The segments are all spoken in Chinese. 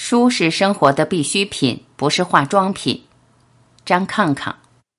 书是生活的必需品，不是化妆品。张抗抗。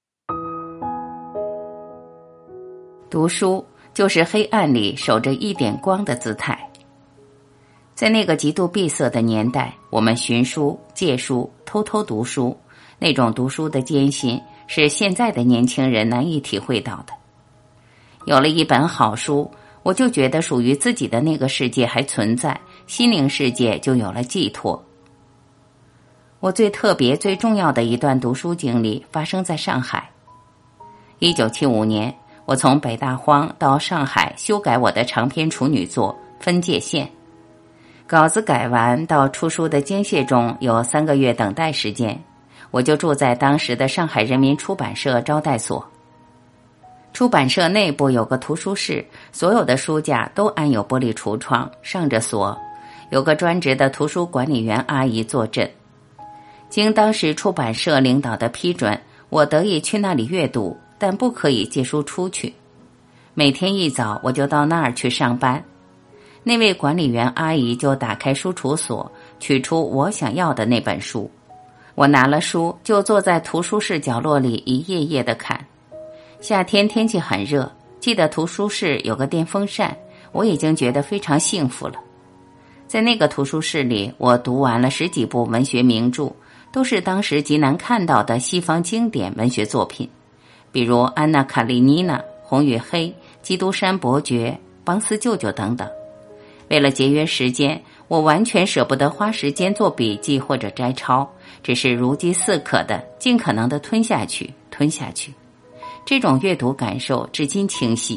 读书就是黑暗里守着一点光的姿态。在那个极度闭塞的年代，我们寻书、借书、偷偷读书，那种读书的艰辛是现在的年轻人难以体会到的。有了一本好书，我就觉得属于自己的那个世界还存在，心灵世界就有了寄托。我最特别、最重要的一段读书经历发生在上海。1975年，我从北大荒到上海修改我的长篇处女作《分界线》。稿子改完到出书的间隙中有3个月等待时间，我就住在当时的上海人民出版社招待所。出版社内部有个图书室，所有的书架都安有玻璃橱窗，上着锁，有个专职的图书管理员阿姨坐镇。经当时出版社领导的批准，我得以去那里阅读，但不可以借书出去。每天一早我就到那儿去上班，那位管理员阿姨就打开书橱锁，取出我想要的那本书。我拿了书，就坐在图书室角落里一页页地看。夏天天气很热，记得图书室有个电风扇，我已经觉得非常幸福了。在那个图书室里，我读完了10几部文学名著，都是当时极难看到的西方经典文学作品，比如安娜·卡列尼娜、红与黑、基督山伯爵、邦斯舅舅等等。为了节约时间，我完全舍不得花时间做笔记或者摘抄，只是如饥似渴的尽可能的吞下去。这种阅读感受至今清晰。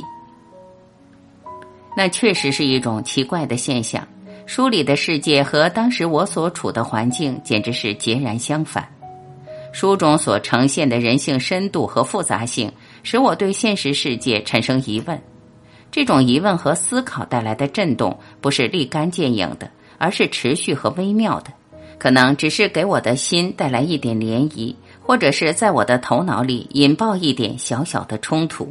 那确实是一种奇怪的现象，书里的世界和当时我所处的环境简直是截然相反。书中所呈现的人性深度和复杂性，使我对现实世界产生疑问。这种疑问和思考带来的震动，不是立竿见影的，而是持续和微妙的，可能只是给我的心带来一点涟漪，或者是在我的头脑里引爆一点小小的冲突。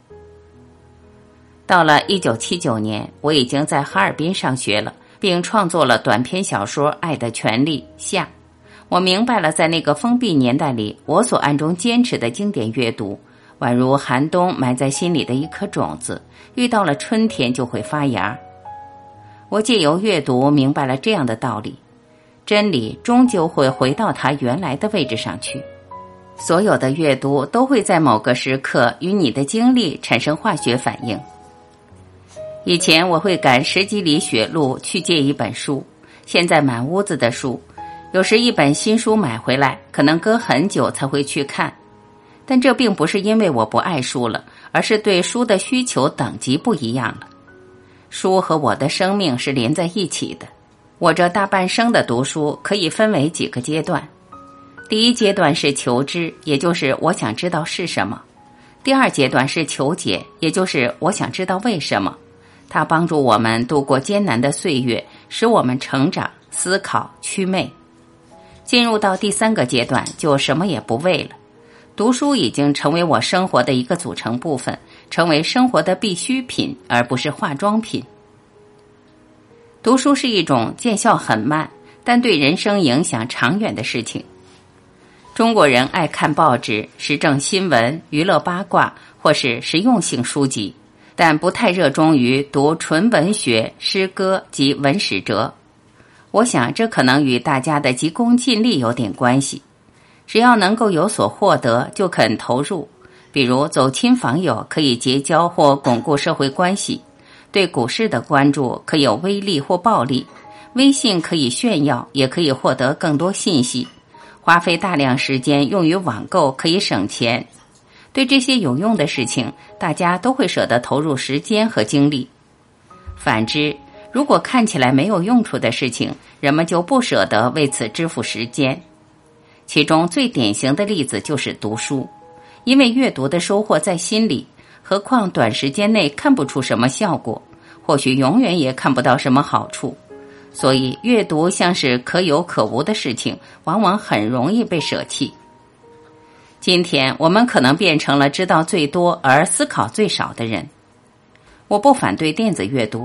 到了1979年，我已经在哈尔滨上学了，并创作了短篇小说《爱的权利》下。我明白了，在那个封闭年代里，我所暗中坚持的经典阅读，宛如寒冬埋在心里的一颗种子，遇到了春天就会发芽。我借由阅读明白了这样的道理：真理终究会回到它原来的位置上去。所有的阅读都会在某个时刻与你的经历产生化学反应。以前我会赶10几里雪路去借一本书，现在满屋子的书，有时一本新书买回来，可能隔很久才会去看。但这并不是因为我不爱书了，而是对书的需求等级不一样了。书和我的生命是连在一起的。我这大半生的读书可以分为几个阶段。第一阶段是求知，也就是我想知道是什么。第二阶段是求解，也就是我想知道为什么。它帮助我们度过艰难的岁月，使我们成长、思考、祛魅。进入到第3个阶段，就什么也不为了。读书已经成为我生活的一个组成部分，成为生活的必需品，而不是化妆品。读书是一种见效很慢，但对人生影响长远的事情。中国人爱看报纸、时政新闻、娱乐八卦或是实用性书籍，但不太热衷于读纯文学、诗歌及文史哲。我想这可能与大家的急功近利有点关系。只要能够有所获得，就肯投入。比如走亲访友可以结交或巩固社会关系，对股市的关注可有微利或暴利，微信可以炫耀，也可以获得更多信息。花费大量时间用于网购可以省钱。对这些有用的事情，大家都会舍得投入时间和精力。反之，如果看起来没有用处的事情，人们就不舍得为此支付时间。其中最典型的例子就是读书，因为阅读的收获在心里，何况短时间内看不出什么效果，或许永远也看不到什么好处，所以阅读像是可有可无的事情，往往很容易被舍弃。今天我们可能变成了知道最多而思考最少的人。我不反对电子阅读，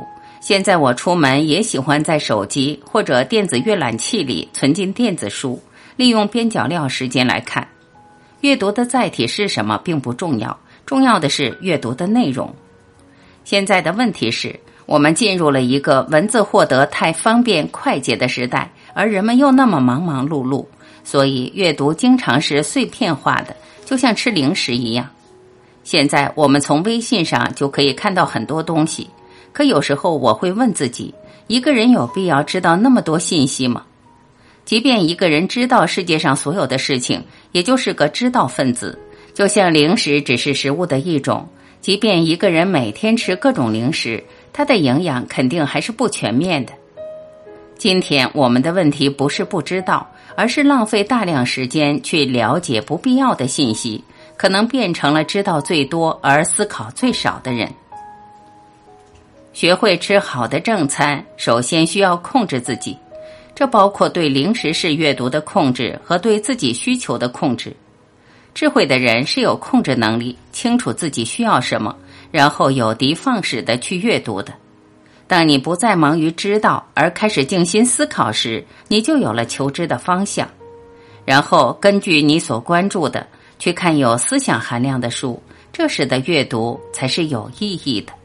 现在我出门也喜欢在手机或者电子阅览器里存进电子书，利用边角料时间来看。阅读的载体是什么并不重要，重要的是阅读的内容。现在的问题是，我们进入了一个文字获得太方便快捷的时代，而人们又那么忙忙碌碌，所以阅读经常是碎片化的，就像吃零食一样。现在我们从微信上就可以看到很多东西，可有时候我会问自己，一个人有必要知道那么多信息吗？即便一个人知道世界上所有的事情，也就是个知道分子，就像零食只是食物的一种，即便一个人每天吃各种零食，它的营养肯定还是不全面的。今天我们的问题不是不知道，而是浪费大量时间去了解不必要的信息，可能变成了知道最多而思考最少的人。学会吃好的正餐，首先需要控制自己，这包括对零食式阅读的控制和对自己需求的控制。智慧的人是有控制能力，清楚自己需要什么，然后有的放矢地去阅读的。当你不再忙于知道，而开始静心思考时，你就有了求知的方向。然后根据你所关注的，去看有思想含量的书，这时的阅读才是有意义的。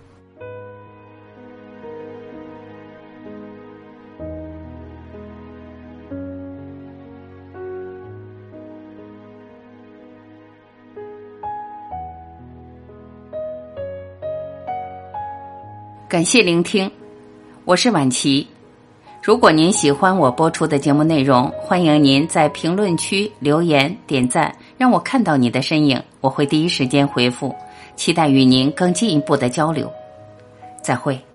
感谢聆听，我是婉琪。如果您喜欢我播出的节目内容，欢迎您在评论区留言点赞，让我看到你的身影，我会第一时间回复，期待与您更进一步的交流。再会。